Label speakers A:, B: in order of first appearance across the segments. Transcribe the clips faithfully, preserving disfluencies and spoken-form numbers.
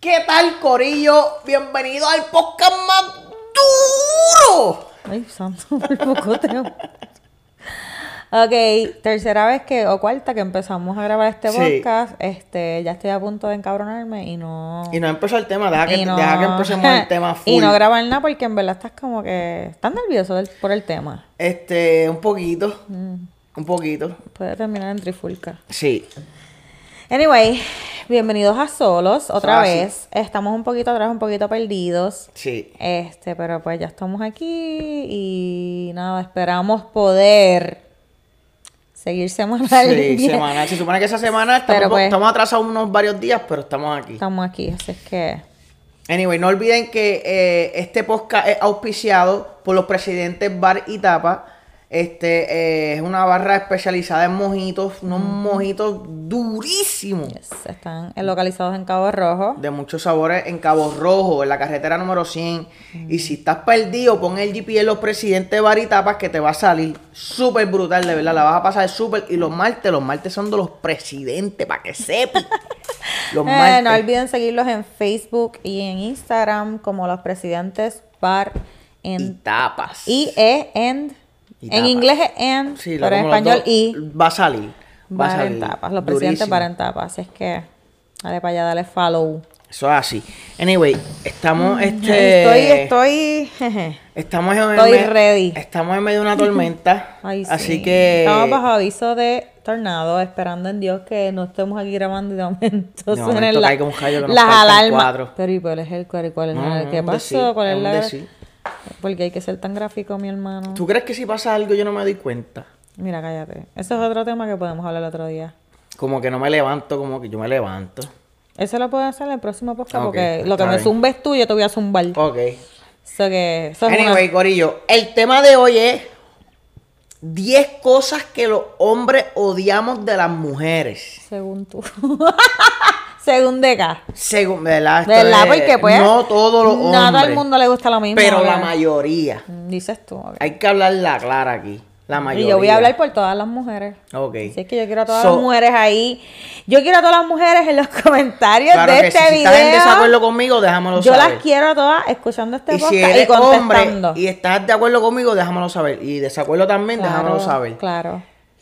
A: ¿Qué tal, corillo? Bienvenido al podcast más duro.
B: Ay, santo, por poco te... Ok, tercera vez que, o cuarta que empezamos a grabar este
A: Sí.
B: podcast. Este, ya estoy a punto de encabronarme y no...
A: Y no empezó el tema, deja que,
B: y no-
A: deja que empecemos el tema full.
B: Y no grabar nada porque en verdad estás como que... ¿Estás nervioso del- por el tema?
A: Este, un poquito.
B: Mm.
A: Un poquito.
B: Puede terminar en trifulca.
A: Sí.
B: Anyway, bienvenidos a Solos otra
A: Fácil.
B: vez. Estamos un poquito atrás, un poquito perdidos.
A: Sí.
B: Este, pero pues ya estamos aquí y nada, esperamos poder seguir semanal.
A: Sí,
B: bien.
A: semana. Se supone que esa semana estamos,
B: Pero pues-
A: estamos atrasados unos varios días, pero estamos aquí.
B: Estamos aquí, así es que...
A: Anyway, no olviden que eh, este podcast es auspiciado por los Presidentes Bar y Tapa. Este eh, es una barra especializada en mojitos, unos mojitos durísimos.
B: Yes, están localizados en Cabo Rojo.
A: De muchos sabores en Cabo Rojo, en la carretera número cien. Y si estás perdido, pon el G P S Los Presidentes Bar y Tapas que te va a salir súper brutal, de verdad. La vas a pasar súper. Y los martes, los martes son de los presidentes, para que sepan. Los
B: Eh,
A: martes.
B: no olviden seguirlos en Facebook y en Instagram como los Presidentes Bar
A: Y
B: en
A: tapas.
B: I E and
A: Y
B: en
A: tapas.
B: inglés es and,
A: Sí,
B: pero en
A: como los
B: español
A: dos,
B: I.
A: Va a salir. Va a
B: Bar en
A: salir.
B: tapas, los Presidentes
A: Durísimo.
B: Bar en tapas. Así es que dale para allá, dale follow.
A: Eso es así. Anyway, estamos este.
B: Estoy, estoy. jeje.
A: Estamos en
B: Estoy
A: me-
B: ready.
A: Estamos en medio de una tormenta.
B: Ay, sí.
A: Así que.
B: Estamos bajo aviso de tornado, esperando en Dios que no estemos aquí grabando y de momento
A: De
B: suenen
A: momento
B: la-
A: caiga un rayo que nos
B: las
A: partan
B: alarmas.
A: cuatro.
B: Pero ¿y cuál es el cuál, cuál es
A: No,
B: la-
A: no,
B: ¿Qué
A: un
B: pasó?
A: decir,
B: ¿Cuál
A: es
B: es
A: un
B: la
A: decir.
B: Porque hay que ser tan gráfico, mi hermano.
A: ¿Tú crees que si pasa algo yo no me doy cuenta?
B: Mira, cállate. Eso es otro tema que podemos hablar el otro día.
A: Como que no me levanto, como que yo me levanto.
B: Eso lo puedo hacer en el próximo podcast
A: Ok,
B: porque
A: pues
B: lo que
A: está
B: me
A: bien.
B: zumbes tú, yo te voy a zumbar.
A: Ok.
B: Eso que, eso es
A: Anyway,
B: una-
A: Corillo, el tema de hoy es diez cosas que los hombres odiamos de las mujeres.
B: Según tú. Según Deca.
A: Según, ¿verdad? Esto
B: ¿Verdad?
A: es-
B: Porque pues...
A: No todos los
B: No a todo
A: hombres.
B: el mundo le gusta lo mismo.
A: Pero la
B: ¿verdad?
A: mayoría.
B: Mm, Dices tú. ok.
A: Hay que hablarla clara aquí. La mayoría.
B: Y yo voy a hablar por todas las mujeres.
A: Ok.
B: Así es que yo quiero a todas
A: So-
B: las mujeres ahí. Yo quiero a todas las mujeres en los comentarios
A: Claro
B: de
A: que
B: este
A: sí, si
B: video.
A: estás en desacuerdo conmigo, déjamelo
B: yo
A: saber.
B: las quiero a todas escuchando este
A: Y
B: podcast
A: si
B: y,
A: eres
B: contestando.
A: hombre y estás de acuerdo conmigo, déjamelo saber. Y desacuerdo también, déjamelo saber.
B: Claro.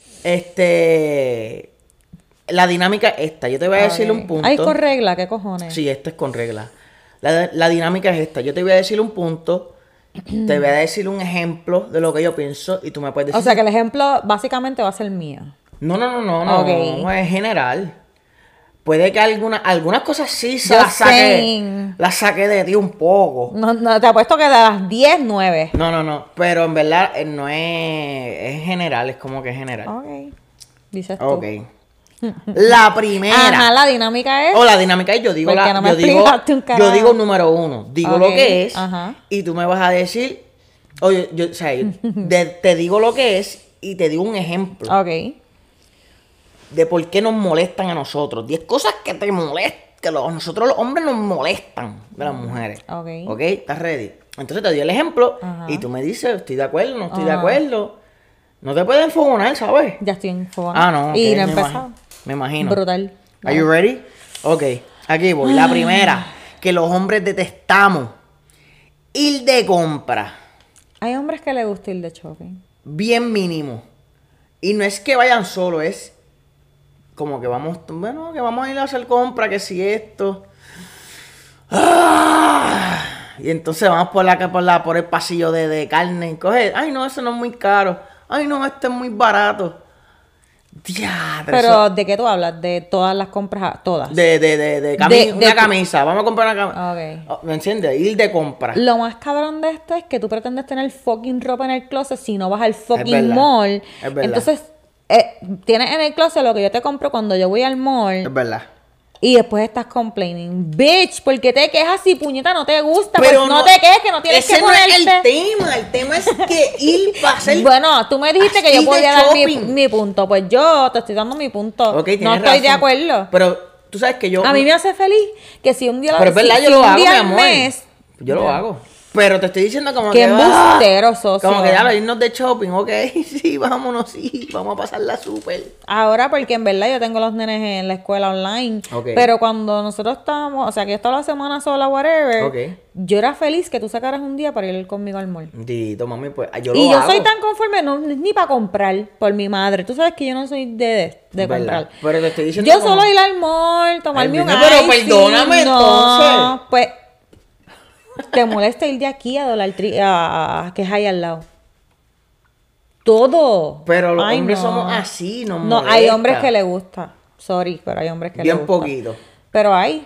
A: Este. La dinámica es esta. Yo te voy a decir
B: Ok.
A: un punto.
B: Ay, con regla, ¿qué cojones?
A: Sí, esto es con regla. La, la dinámica es esta. Yo te voy a decir un punto. Te voy a decir un ejemplo de lo que yo pienso. Y tú me puedes decir.
B: O sea, que el ejemplo básicamente va a ser mío.
A: No, no, no, no, no.
B: Ok.
A: No es general. Puede que alguna, algunas cosas sí se
B: Just
A: las saque,
B: saying.
A: las saque de ti un poco.
B: No, no, te apuesto que de las diez, nueve.
A: No, no, no. Pero en verdad eh, no es, es general, es como que es general.
B: Ok. Dices tú.
A: Ok. La primera.
B: Ajá, la dinámica es...
A: O la dinámica es yo digo
B: Porque
A: la,
B: no me
A: yo digo,
B: explicaste un
A: yo
B: carajo.
A: digo número uno, digo
B: Ok,
A: lo que es
B: ajá.
A: y tú me vas a decir, oye, yo, o sea, yo de- te digo lo que es y te digo un ejemplo
B: Ok.
A: de por qué nos molestan a nosotros. Diez cosas que te molestan, que los- nosotros los hombres nos molestan de las mujeres.
B: Ok.
A: Ok, ¿estás ready? Entonces te doy el ejemplo
B: Ajá.
A: y tú me dices, estoy de acuerdo, no estoy de
B: Ajá.
A: acuerdo. No te pueden enfogonar, ¿sabes?
B: Ya estoy en fogona.
A: Ah, no.
B: Y
A: ok,
B: no he
A: me
B: empezado.
A: imagino. Me imagino.
B: Brutal.
A: Are you ready? Ok, aquí voy. La primera, que los hombres detestamos. Ir de compra.
B: Hay hombres que les gusta ir de shopping.
A: Bien mínimo. Y no es que vayan solo, es como que vamos, bueno, que vamos a ir a hacer compra, que si esto. ¡Ah! Y entonces vamos por la por la por el pasillo de, de carne y coge, ay no, eso no es muy caro. Ay no, este es muy barato. Diadre, eso-
B: Pero, ¿de qué tú hablas? De todas las compras, todas.
A: De, de, de, de, cami-
B: De- de
A: una
B: tu-
A: camisa. Vamos a comprar una camisa.
B: Ok.
A: ¿Me entiendes? Ir de compra.
B: Lo más cabrón de esto es que tú pretendes tener fucking ropa en el closet si no vas al fucking
A: verdad,
B: mall.
A: es verdad.
B: Entonces, eh, tienes en el closet lo que yo te compro cuando yo voy al mall
A: Es verdad.
B: y después estás complaining. Bitch, ¿por qué te quejas si puñeta no te gusta?
A: Pero
B: Pues no,
A: no-
B: te quejes, que no tienes
A: Ese
B: que
A: no
B: ponerte...
A: es el tema. El tema es que ir para hacer.
B: Bueno, tú me dijiste que
A: así
B: yo
A: de
B: podía dar mi,
A: shopping.
B: mi punto. Pues yo te estoy dando mi punto.
A: Ok, tienes
B: no estoy de
A: razón.
B: acuerdo.
A: Pero tú sabes que yo.
B: A mí me hace feliz que si un día...
A: Pero es verdad,
B: si-
A: yo
B: si
A: lo
B: un
A: hago,
B: día
A: mi
B: al
A: amor.
B: mes-
A: Yo lo
B: Ya.
A: hago. Pero te estoy diciendo como
B: Qué
A: que... ¡ah!
B: embustero, socio.
A: Como que ya lo irnos de shopping, ok, sí, vámonos, sí, vamos a pasarla súper.
B: Ahora, porque en verdad yo tengo los nenes en la escuela online.
A: Ok.
B: Pero cuando nosotros estábamos, o sea, que yo estaba la semana sola, whatever,
A: Ok.
B: yo era feliz que tú sacaras un día para ir conmigo al mall.
A: Dito, mami, pues yo lo
B: Y yo
A: hago.
B: soy tan conforme, no, ni para comprar por mi madre. Tú sabes que yo no soy de, de
A: ¿Verdad?
B: comprar.
A: Pero te estoy diciendo
B: Yo
A: como-
B: solo ir al mall, tomarme
A: Ay,
B: un
A: nena, pero
B: ice,
A: perdóname,
B: no,
A: entonces.
B: pues, te molesta ir de aquí a Dollar Tree, a, a- que es ahí al lado. Todo.
A: Pero los
B: Ay,
A: hombres
B: no.
A: somos así, nos
B: No, hay
A: molesta.
B: hombres que le gusta. Sorry, pero hay hombres que le
A: Bien
B: gusta.
A: poquito.
B: Pero hay.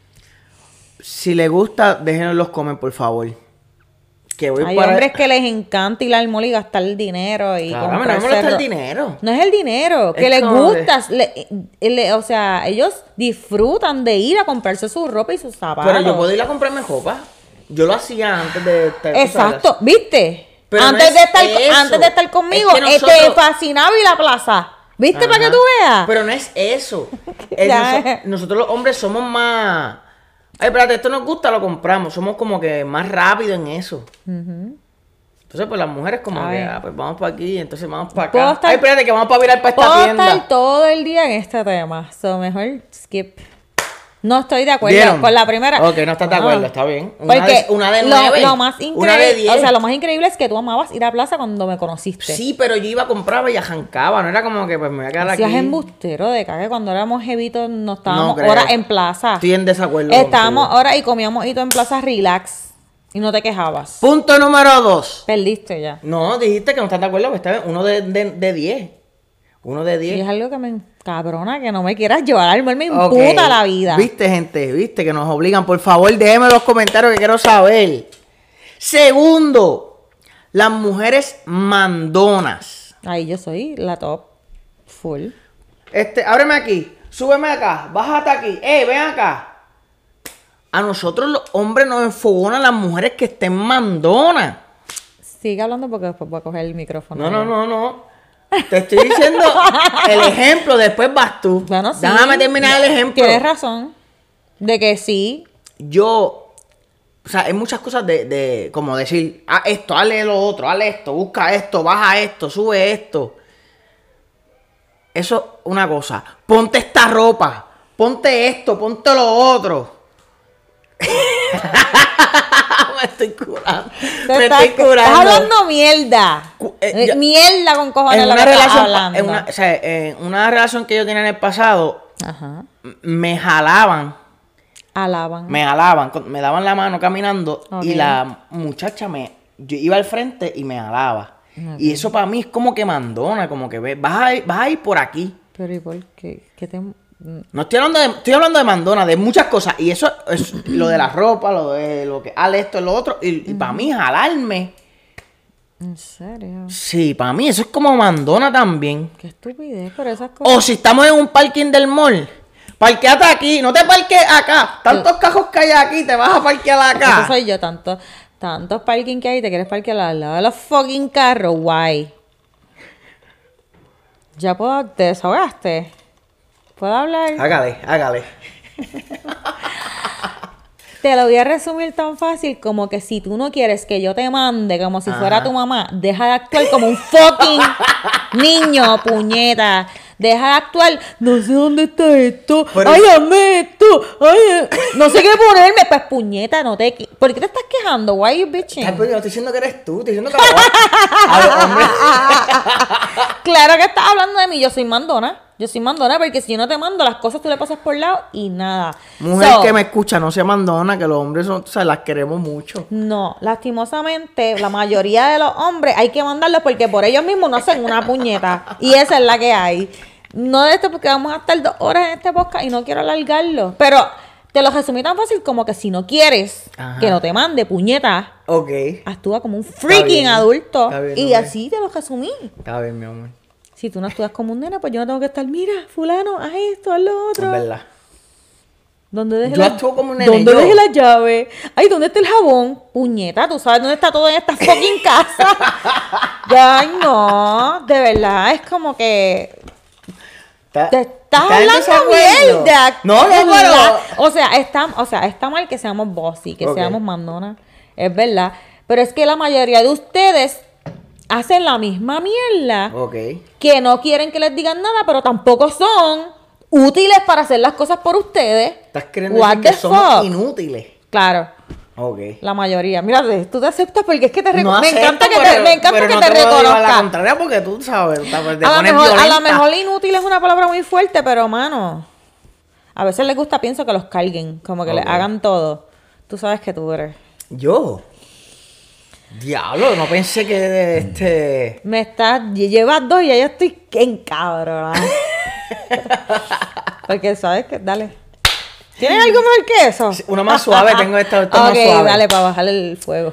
A: Si les gusta, déjenos los comen, por favor. Que voy
B: Hay
A: para...
B: hombres que les encanta ir al mall y gastar el dinero y
A: Claro, a mí no me
B: comprarse
A: molesta el
B: ro-
A: dinero.
B: No es el dinero, que
A: Es
B: les
A: como de-
B: gusta. le- le- o sea, ellos disfrutan de ir a comprarse su ropa y sus zapatos.
A: Pero yo puedo ir a comprarme ropa. Yo lo hacía antes de... estar- tú sabes,
B: Exacto, ¿viste?
A: Pero
B: antes,
A: no
B: de
A: es
B: estar,
A: eso.
B: antes de estar conmigo,
A: Es que
B: eh, te
A: nosotros-
B: fascinaba ir a la plaza. ¿Viste? Para que
A: Ajá.
B: tú veas.
A: Pero no es eso. Es
B: Ya.
A: noso- nosotros los hombres somos más... Ay, espérate, esto nos gusta, lo compramos. Somos como que más rápidos en eso. Entonces, pues las mujeres como
B: A
A: que,
B: ver.
A: ah, pues vamos para aquí, entonces vamos para
B: Puedo
A: acá.
B: estar-
A: Ay, espérate, que vamos para virar para esta
B: Puedo
A: tienda.
B: estar todo el día en este tema. So, mejor skip. No estoy de acuerdo
A: ¿Vieron?
B: con la primera.
A: Ok, no estás de acuerdo, está bien. Una
B: Porque
A: de- una de
B: lo-
A: nueve,
B: Lo, más
A: una
B: increíble,
A: de diez.
B: o sea, lo más increíble es que tú amabas ir a plaza cuando me conociste.
A: Sí, pero yo iba, compraba y arrancaba. No era como que pues me voy a quedar aquí.
B: Hacías embustero de cague cuando éramos jevitos, no estábamos
A: creo.
B: horas en plaza.
A: Estoy en desacuerdo
B: Estábamos
A: contigo.
B: horas y comíamos hito en plaza relax. Y no te quejabas.
A: Punto número dos.
B: Perdiste ya.
A: No, dijiste que no estás de acuerdo, pues está bien. Uno de, de, de diez. Uno de
B: Y
A: diez.
B: es algo que me cabrona, que no me quieras llevar al mall, me
A: Ok.
B: imputa la vida.
A: Viste, gente, viste que nos obligan. Por favor, déjenme los comentarios que quiero saber. Segundo, las mujeres mandonas.
B: Ahí yo soy la top. Full.
A: Este, ábreme aquí, súbeme acá, bájate aquí, eh, ven acá. A nosotros los hombres nos enfogonan las mujeres que estén mandonas.
B: Sigue hablando porque después voy a coger el micrófono.
A: No, no, no, no. Te estoy diciendo el ejemplo, después vas tú.
B: Bueno, sí.
A: Déjame terminar el ejemplo.
B: Tienes razón. De que sí.
A: Yo, o sea, hay muchas cosas de, de como decir, ah, esto, hazle lo otro, hazle esto, busca esto, baja esto, sube esto. Eso, una cosa. Ponte esta ropa, ponte esto, ponte lo otro. Me estoy curando.
B: Te
A: Me
B: estás,
A: estoy curando.
B: estás hablando mierda.
A: Cu- eh,
B: Eh,
A: yo-
B: mierda con cojones
A: en
B: lo
A: una
B: que estás
A: relación,
B: hablando.
A: en una, o sea, en una relación que yo tenía en el pasado,
B: Ajá.
A: m- me jalaban,
B: Alaban.
A: me jalaban, con- me daban la mano caminando
B: Ok.
A: y la muchacha me, yo iba al frente y me jalaba. Y eso para mí es como que mandona, como que ve, vas a ir, vas a ir por aquí.
B: Pero ¿y por qué? ¿Qué te...
A: No estoy hablando de, estoy hablando de mandona, de muchas cosas. Y eso es lo de la ropa, lo de lo que hale esto, lo otro. Y, y para mí jalarme,
B: ¿En serio?
A: sí, para mí eso es como mandona también.
B: Qué estupidez, pero esas cosas...
A: O si estamos en un parking del mall, parqueate aquí, no te parques acá. Tantos cajos que hay aquí, te vas a parquear
B: Eso
A: acá.
B: soy yo, tanto, tantos parking que hay, te quieres parquear al lado de los fucking carros, guay. Ya puedo, te desahogaste. ¿Puedo hablar?
A: Hágale, hágale.
B: Te lo voy a resumir tan fácil como que si tú no quieres que yo te mande como si fuera
A: Ajá.
B: tu mamá, deja de actuar como un fucking niño, puñeta. Deja de actuar, no sé dónde está esto,
A: Pero-
B: ay, hazme esto, ay, eh, no sé qué ponerme, pues puñeta, no te... qui- ¿Por qué te estás quejando? Why you bitching?
A: Ay, pero yo no estoy diciendo que eres tú, estoy diciendo que a los hombres.
B: Claro que estás hablando de mí, yo soy mandona. Yo soy mandona porque si yo no te mando las cosas, tú le pasas por lado y nada.
A: Mujer
B: So,
A: que me escucha, no se mandona, que los hombres son, o sea, las queremos mucho.
B: No, lastimosamente, la mayoría de los hombres hay que mandarlos porque por ellos mismos no hacen una puñeta. Y esa es la que hay. No de esto porque vamos a estar dos horas en este podcast y no quiero alargarlo. Pero te lo resumí tan fácil como que si no quieres
A: Ajá.
B: que no te mande puñeta,
A: Ok.
B: actúa como un freaking
A: bien,
B: adulto.
A: está bien,
B: Y
A: amor.
B: así te lo resumí.
A: Está bien, mi amor.
B: Si tú no actúas como un nena, pues yo no tengo que estar, mira, fulano, haz esto, haz lo
A: Es
B: otro.
A: verdad.
B: ¿Dónde dejé
A: Yo
B: la...
A: actúo como un nene,
B: ¿Dónde
A: yo.
B: dejé la llave? Ay, ¿dónde está el jabón? Puñeta, ¿tú sabes dónde está todo en esta fucking casa? Ay, no, de verdad, es como que...
A: Está-
B: Te estás
A: está en
B: hablando
A: desacuerdo.
B: mierda.
A: No, no,
B: De
A: pero...
B: verdad. O sea, está, o sea, está mal que seamos bossy, que
A: Ok.
B: seamos mandonas. Es verdad. Pero es que la mayoría de ustedes hacen la misma mierda.
A: Ok.
B: Que no quieren que les digan nada, pero tampoco son útiles para hacer las cosas por ustedes.
A: ¿Estás queriendo
B: What
A: decir que
B: the
A: somos
B: fuck?
A: inútiles?
B: Claro.
A: Ok.
B: La mayoría. Mira, tú te aceptas porque es que te reco-
A: No
B: me
A: acepto,
B: encanta que
A: pero-
B: te, me encanta
A: pero
B: que
A: no
B: te
A: te puedo llevar la
B: reconozca.
A: contraria porque tú sabes, te
B: A
A: pones
B: lo, mejor, a lo
A: violenta.
B: mejor inútil es una palabra muy fuerte, pero mano, a veces les gusta, pienso, que los carguen, como que
A: Ok.
B: les hagan todo. Tú sabes que tú eres.
A: ¿Yo? Diablo, no pensé que este...
B: Me estás, llevas dos y ya yo estoy en cabrón. Porque sabes que, dale. ¿Tienes algo mejor que eso?
A: Uno más suave, tengo esta, esta más
B: Ok,
A: suave.
B: dale, para bajarle el fuego.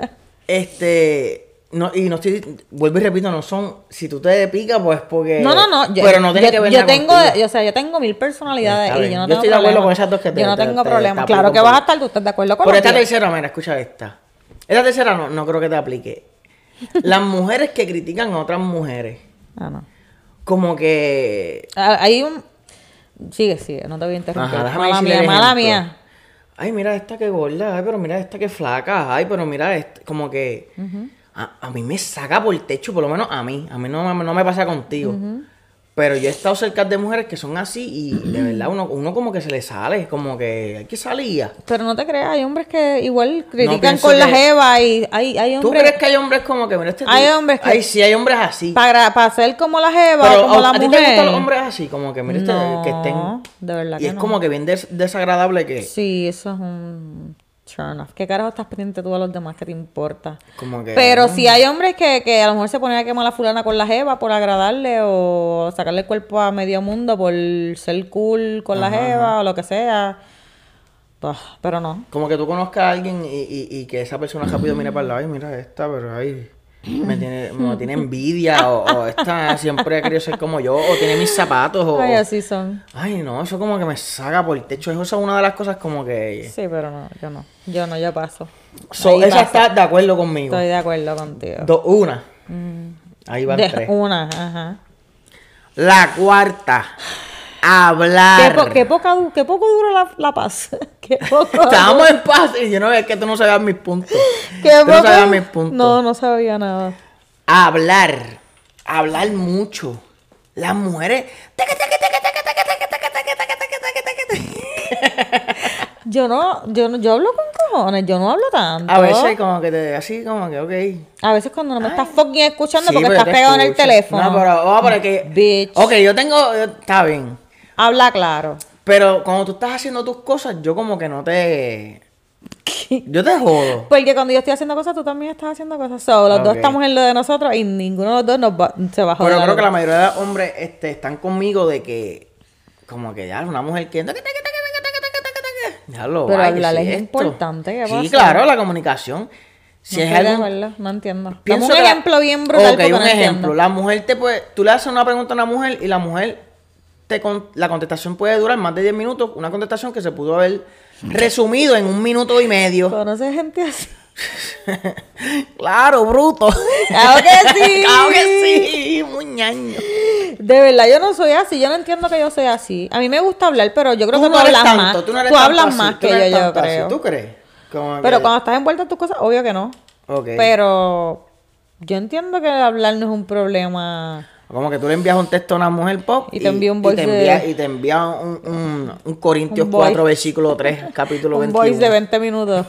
A: Este... No, y no estoy... Vuelvo y repito, no son... Si tú te picas, pues porque...
B: No, no, no. Yo,
A: pero no tiene
B: yo,
A: que ver
B: yo
A: nada
B: tengo,
A: contigo.
B: yo, o sea, yo tengo mil personalidades
A: Está
B: y
A: bien.
B: yo no
A: Yo
B: tengo
A: estoy de acuerdo
B: problema.
A: con esas dos que te-
B: Yo no
A: te-
B: tengo
A: te-
B: problema.
A: te
B: Claro
A: aplico
B: que
A: un
B: vas a
A: poco.
B: estar, tú estás de acuerdo con
A: Pero
B: los
A: esta
B: míos.
A: tercera, mira, escucha esta. Esta tercera no, no creo que te aplique. Las mujeres que critican a otras mujeres,
B: Ah, no.
A: como que...
B: Ah, Hay un... Sigue, sigue, no te voy a interrumpir.
A: Ajá, déjame
B: Mala
A: decirle
B: mía,
A: el
B: mala
A: ejemplo.
B: mía.
A: Ay, mira esta que gorda, ay, pero mira esta que flaca, ay, pero mira esta, como que... a, a mí me saca por el techo, por lo menos a mí. A mí no, me- no me pasa contigo. Pero yo he estado cerca de mujeres que son así y de verdad uno, uno como que se le sale, como que hay que salir ya.
B: Pero no te creas, hay hombres que igual critican
A: pienso
B: con la
A: que-
B: jeva y hay, hay
A: ¿Tú
B: hombres...
A: crees que hay hombres como que, mira este
B: Hay
A: tipo-
B: hombres que-
A: Ay, sí, hay hombres así.
B: Para, para ser como la jeva
A: Pero
B: o como
A: ¿a,
B: la
A: a ti
B: mujer.
A: te gustan los hombres así? Como que, mira este,
B: No,
A: que estén...
B: de verdad
A: Y
B: que
A: es
B: no.
A: como que bien des- desagradable que...
B: Sí, eso es un turn off. ¿Qué carajo estás pendiente tú a los demás? ¿Qué te importa?
A: Como que...
B: Pero si hay hombres que, que a lo mejor se ponen a quemar a la fulana con la jeva por agradarle o sacarle el cuerpo a medio mundo por ser cool con la
A: Ajá,
B: jeva o lo que sea. Pues, pero no.
A: Como que tú conozcas a alguien y, y, y que esa persona rápido mire para el lado y mira esta, pero ay, me tiene, me tiene envidia o, o esta siempre ha querido ser como yo o tiene mis zapatos o...
B: Ay, así son.
A: Ay, no, eso como que me saca por el techo. Eso es una de las cosas como que...
B: Sí, pero no, yo no. Yo no, yo paso.
A: So,
B: Ahí
A: esa
B: paso.
A: está de acuerdo conmigo.
B: Estoy de acuerdo contigo.
A: Do- una. Ahí van
B: De
A: tres.
B: una, ajá.
A: La cuarta.
B: Qué,
A: Hablar.
B: po- qué poca du- qué poco dura la, la paz. Qué poco.
A: Estábamos en paz y yo no es que tú no sabías mis puntos.
B: Qué
A: Tú no
B: poco-
A: sabías mis puntos.
B: No, no sabía nada.
A: Hablar. Hablar mucho. Las mujeres. taca, taca, taca, taca, taca, taca, taca, taca, taca, taca, taca, taca, taca.
B: Yo no, yo no, yo hablo con cojones, yo no hablo tanto.
A: A veces como que te así como que ok.
B: A veces cuando no me estás fucking escuchando
A: Sí,
B: porque
A: pero
B: estás
A: te
B: pegado en el
A: escucho.
B: teléfono.
A: No, pero vamos para que.
B: Bitch.
A: Ok, yo tengo. yo- Está bien.
B: Habla claro.
A: Pero cuando tú estás haciendo tus cosas, yo como que no te. Yo te jodo.
B: Porque cuando yo estoy haciendo cosas, tú también estás haciendo cosas. So, los dos
A: Ok.
B: estamos en lo de nosotros y ninguno de los dos nos va, se va a joder.
A: Pero creo
B: al
A: que la
B: otro.
A: mayoría de los hombres este, están conmigo de que. Como que ya, una mujer que. Ya lo
B: Pero
A: vaya, ¿qué
B: hablar es
A: esto?
B: importante, ¿qué
A: Sí,
B: pasa?
A: claro, la comunicación. Si
B: No
A: es
B: estoy de
A: algo.
B: acuerdo, no entiendo. Dame
A: Pienso
B: un
A: que la-
B: ejemplo bien brutal
A: Ok,
B: porque
A: un
B: no
A: ejemplo.
B: entiendo.
A: La mujer te puede. Tú le haces una pregunta a una mujer y la mujer. Te con- la contestación puede durar más de diez minutos. Una contestación que se pudo haber resumido en un minuto y medio.
B: ¿Conoces gente así?
A: Claro, bruto.
B: Claro que sí.
A: Claro que sí, muñaño.
B: De verdad, yo no soy así. Yo no entiendo que yo soy así. A mí me gusta hablar, pero yo creo que tú
A: no eres
B: hablas
A: tanto,
B: más.
A: Tú, no eres tanto
B: hablas
A: así,
B: más
A: tú
B: que
A: no
B: yo,
A: eres
B: yo
A: tanto así,
B: creo.
A: ¿Tú crees? Como
B: Pero
A: que-
B: cuando estás envuelta en tus cosas, obvio que no.
A: Ok.
B: Pero yo entiendo que hablar no es un problema.
A: Como que tú le envías un texto a una mujer pop
B: Y te envía un voice
A: y te
B: de-
A: envía, y te envía un, un, un Corintios
B: Un voice.
A: cuatro, versículo tres, capítulo
B: Un
A: veintiuno.
B: voice de veinte minutos.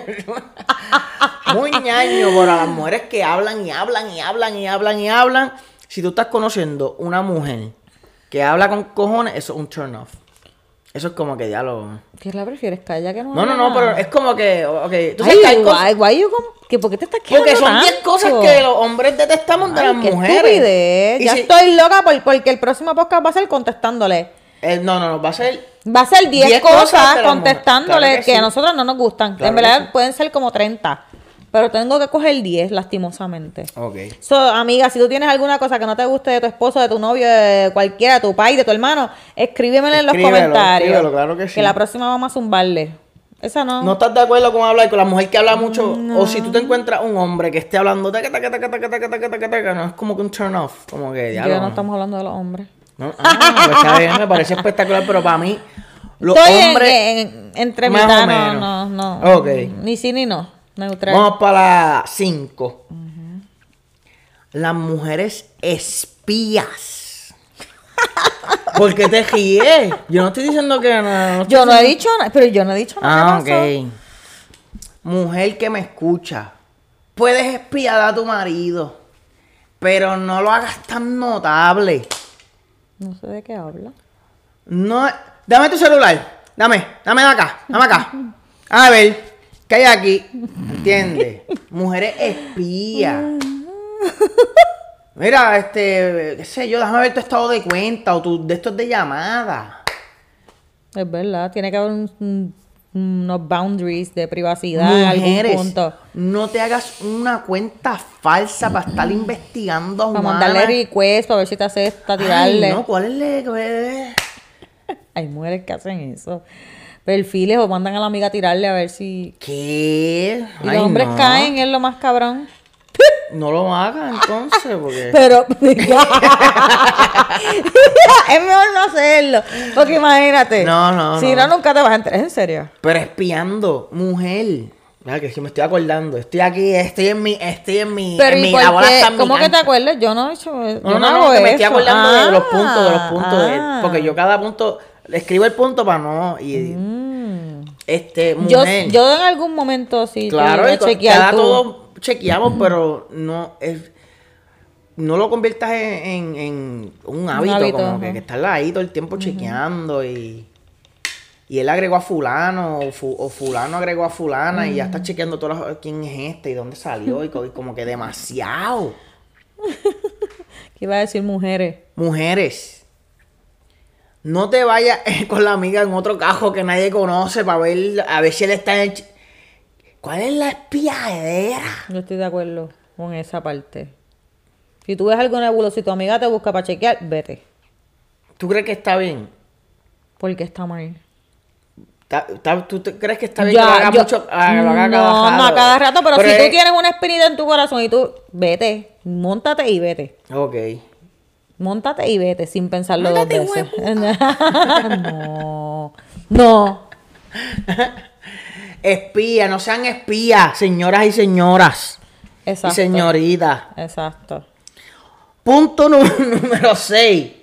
A: Muy ñaño, pero a las mujeres que hablan y hablan y hablan y hablan y hablan. Si tú estás conociendo una mujer que habla con cojones, eso es un turn off. Eso es como que ya lo...
B: ¿Qué la prefieres? ¿Calla que no?
A: No, no,
B: habla
A: no, pero
B: nada?
A: es como que... Ok, tú sabes
B: Ay,
A: que hay cosas...
B: guay, guay, yo como- ¿que ¿por qué te estás quedando
A: Porque son diez cosas que los hombres detestamos de las
B: qué
A: mujeres.
B: estupidez.
A: Y
B: Ya
A: si-
B: estoy loca por- porque el próximo podcast va a ser contestándole.
A: Eh, no, no, no, va a ser...
B: Va a ser diez
A: diez
B: cosas,
A: cosas de la
B: contestándole
A: mujer. Claro
B: que,
A: que sí.
B: a nosotros no nos gustan.
A: Claro
B: en
A: que
B: verdad
A: sí.
B: pueden ser como treinta. Pero tengo que coger diez, lastimosamente.
A: Ok.
B: So, amiga, si tú tienes alguna cosa que no te guste de tu esposo, de tu novio, de cualquiera, de tu país, de tu hermano, escríbemela en los
A: Escríbelo,
B: comentarios.
A: escríbelo, claro que sí.
B: la próxima vamos a zumbarle. Esa no.
A: ¿No estás de acuerdo con hablar con la mujer que habla mucho? O si tú te encuentras un hombre que esté hablando taca, taca, taca, taca, taca, taca, taca, taca, no es como que un turn off. Como que ya
B: Yo
A: lo-
B: no estamos hablando de los hombres.
A: No, ah, pues está bien, me parece espectacular, pero para mí, los
B: Estoy en-
A: hombres...
B: en, entre
A: más o
B: mitad, no,
A: menos.
B: no, no.
A: Ok.
B: Ni sí ni no. Neutral.
A: Vamos para la cinco. Uh-huh. Las mujeres espías. ¿Por qué te ríes? Yo no estoy diciendo que no. no
B: yo no
A: diciendo...
B: he dicho nada, pero yo no he dicho nada.
A: Ah, ok. Mujer que me escucha. Puedes espiar a tu marido, pero no lo hagas tan notable.
B: No sé de qué habla.
A: No, dame tu celular. Dame, dame de acá, dame acá. A ver, ¿qué hay aquí? ¿Entiendes? Mujeres espías. Mira, este, qué sé yo, déjame ver tu estado de cuenta o tu, de estos de llamada.
B: Es verdad, tiene que haber un, un, unos boundaries de privacidad en algún punto.
A: No te hagas una cuenta falsa para estar investigando a
B: Para
A: humanas.
B: mandarle request, para ver si te acepta, tirarle.
A: Ay, no, ¿cuál es el...?
B: Hay mujeres que hacen eso. Perfiles o mandan a la amiga a tirarle a ver si...
A: ¿Qué?
B: Y
A: Ay,
B: los hombres
A: no.
B: caen, es lo más cabrón.
A: No lo hagas entonces, porque...
B: Pero... es mejor no hacerlo. Porque imagínate.
A: No, no,
B: Si
A: no.
B: no, nunca te vas a enterar. ¿Es en serio?
A: Pero espiando, mujer. Mira, que es que me estoy acordando. Estoy aquí, estoy en mi... Estoy en mi...
B: Pero
A: en
B: ¿y
A: mi
B: por
A: la bola
B: qué?
A: está en mi
B: ¿Cómo que te
A: cancha.
B: acuerdas? Yo no he hecho... Yo
A: No,
B: no,
A: no,
B: hago
A: no, que me
B: eso.
A: estoy acordando de los puntos, de los
B: Ah,
A: puntos de él.
B: ah.
A: Porque yo cada punto... Escribo el punto para no... Y,
B: Mm.
A: Este,
B: Yo,
A: mujer.
B: yo en algún momento sí
A: Claro,
B: te
A: y
B: voy a chequear
A: cada
B: tú.
A: todo chequeamos, pero no es... No lo conviertas en, en, en un hábito,
B: hábito,
A: como
B: ajá.
A: que, que estar ahí todo el tiempo chequeando y... Y él agregó a fulano, o, fu, o fulano agregó a fulana, y ya está chequeando todas las, quién es este y dónde salió, y, co- y como que demasiado.
B: ¿Qué iba a decir mujeres?
A: Mujeres, no te vayas eh, con la amiga en otro cajo que nadie conoce para ver, a ver si él está en el... ch- ¿Cuál es la espiadera?
B: Yo estoy de acuerdo con esa parte. Si tú ves algo nebuloso y tu amiga te busca para chequear, vete.
A: ¿Tú crees que está bien?
B: Porque está mal.
A: ¿Está- está- ¿Tú te- crees que está bien
B: Ya,
A: que lo haga
B: yo-
A: mucho? ah, que lo haga
B: no,
A: cada rato?
B: no a cada rato, pero, si
A: es-
B: tú tienes una espinita en tu corazón y tú, vete, móntate y vete.
A: Ok.
B: Móntate y vete sin pensarlo
A: Mándate,
B: dos veces. no, no.
A: Espía, no sean espías, señoras y señoras.
B: Exacto.
A: Y señoritas.
B: Exacto.
A: Punto nú- número seis.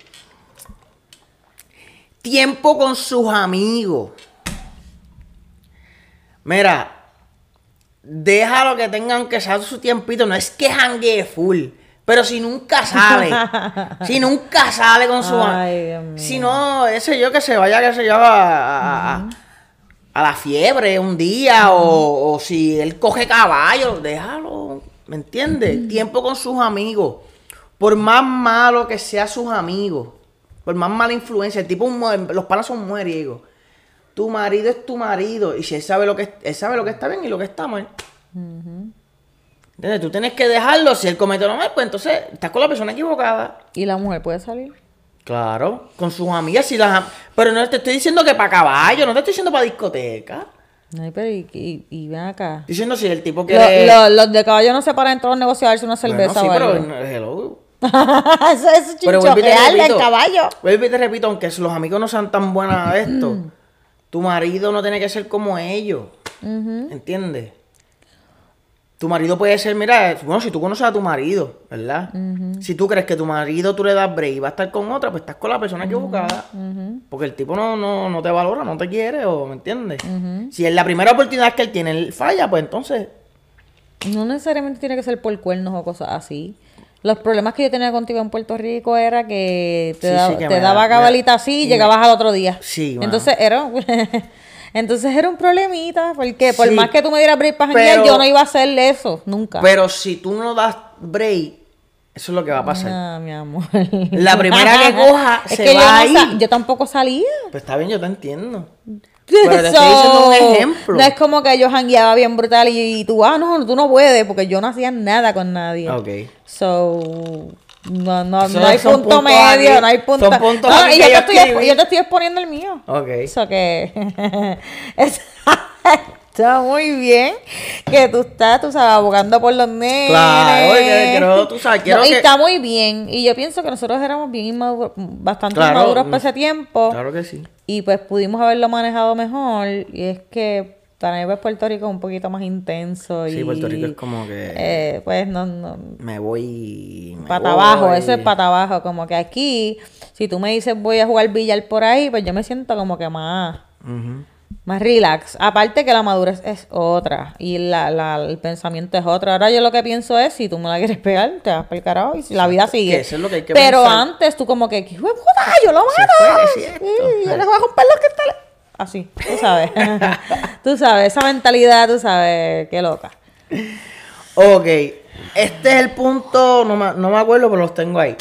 A: Tiempo con sus amigos. Mira, déjalo que tengan que sea su tiempito. No es que janguee full. Pero si nunca sale. si nunca sale con su
B: Ay, Dios mío.
A: Si no, ese yo que se vaya, que se yo, a, a, a la fiebre un día. o, o si él coge caballo, déjalo. ¿Me entiendes? Tiempo con sus amigos. Por más malo que sea sus amigos. Por más mala influencia. El tipo, un mu- los panas son mujeriegos. Tu marido es tu marido. Y si él sabe lo que, él sabe lo que está bien y lo que está mal. ¿Entiendes? Tú tienes que dejarlo. Si él comete lo mal, pues entonces estás con la persona equivocada.
B: ¿Y la mujer puede salir?
A: Claro. Con sus amigas. Si las, am- pero no te estoy diciendo que para caballo. No te estoy diciendo para discoteca.
B: Ay, pero y, y, y ven acá.
A: Estoy diciendo si el tipo
B: Lo-
A: quiere...
B: lo- los de caballo no se paran en todos los negocios a darse una
A: Bueno,
B: cerveza
A: sí,
B: o
A: pero...
B: algo.
A: hello.
B: eso es
A: Pero
B: chincho
A: vuelvo y te
B: real del
A: repito,
B: caballo.
A: vuelvo y te repito, aunque los amigos no sean tan buenos a esto, tu marido no tiene que ser como ellos. ¿Entiendes? Tu marido puede ser, mira, bueno, si tú conoces a tu marido, ¿verdad? Si tú crees que tu marido tú le das break y va a estar con otra, pues estás con la persona equivocada. Porque el tipo no, no, no te valora, no te quiere, o ¿me entiendes? Si es la primera oportunidad que él tiene, él falla, pues entonces...
B: No necesariamente tiene que ser por cuernos o cosas así. Los problemas que yo tenía contigo en Puerto Rico era que te,
A: Sí,
B: da-
A: sí, que
B: te
A: me
B: daba
A: da-
B: cabalita
A: me-
B: así y
A: y
B: llegabas
A: me-
B: al otro día.
A: Sí, mano.
B: Entonces era entonces era un problemita, porque por
A: Sí,
B: más que tú me dieras break para janguear,
A: pero-
B: yo no iba a hacerle eso, nunca.
A: Pero si tú no das break, eso es lo que va a pasar.
B: Ah, mi amor.
A: La primera que coja
B: es
A: se
B: que
A: va
B: yo, no
A: ahí.
B: sa- yo tampoco salía.
A: Pues está bien, yo te entiendo. Pero te estoy
B: So,
A: diciendo un ejemplo.
B: No es como que yo jangueaba bien brutal y, y tú, ah, no, tú no puedes, porque yo no hacía nada con nadie.
A: Ok.
B: So, no, no,
A: Eso
B: no hay
A: son
B: punto
A: puntos
B: medio,
A: aquí,
B: no hay punto.
A: son puntos
B: No,
A: aquí
B: y
A: que
B: yo te,
A: yo
B: estoy,
A: escribí.
B: yo te estoy exponiendo el mío.
A: Ok.
B: Eso que está muy bien que tú estás, tú sabes, abogando por los nenes.
A: Claro, que quiero, tú sabes, quiero
B: No, y
A: que...
B: está muy bien. Y yo pienso que nosotros éramos bien inmaduros, bastante
A: Claro,
B: inmaduros para
A: no-
B: ese tiempo.
A: Claro que sí.
B: Y pues pudimos haberlo manejado mejor. Y es que Para mí, pues, Puerto Rico es un poquito más intenso. Y,
A: Sí, Puerto Rico es como que...
B: Eh, pues, no... no
A: me voy... Me
B: pata
A: voy.
B: abajo, eso es pata abajo. Como que aquí, si tú me dices voy a jugar billar por ahí, pues yo me siento como que más...
A: Ujú.
B: Más relax. Aparte que la madurez es otra. Y la, la, el pensamiento es otro. Ahora yo lo que pienso es, si tú me la quieres pegar, te vas para el carajo y si la vida sigue.
A: Que eso es lo que hay que
B: Pero
A: pensar.
B: antes tú como que, ¡hijo de puta! ¡Yo lo
A: Se
B: mato!
A: fue, es cierto.
B: Sí, yo les voy a romper los cristales. Así, tú sabes. Tú sabes, esa mentalidad, tú sabes, qué loca.
A: Ok, este es el punto, no me, no me acuerdo, pero los tengo ahí.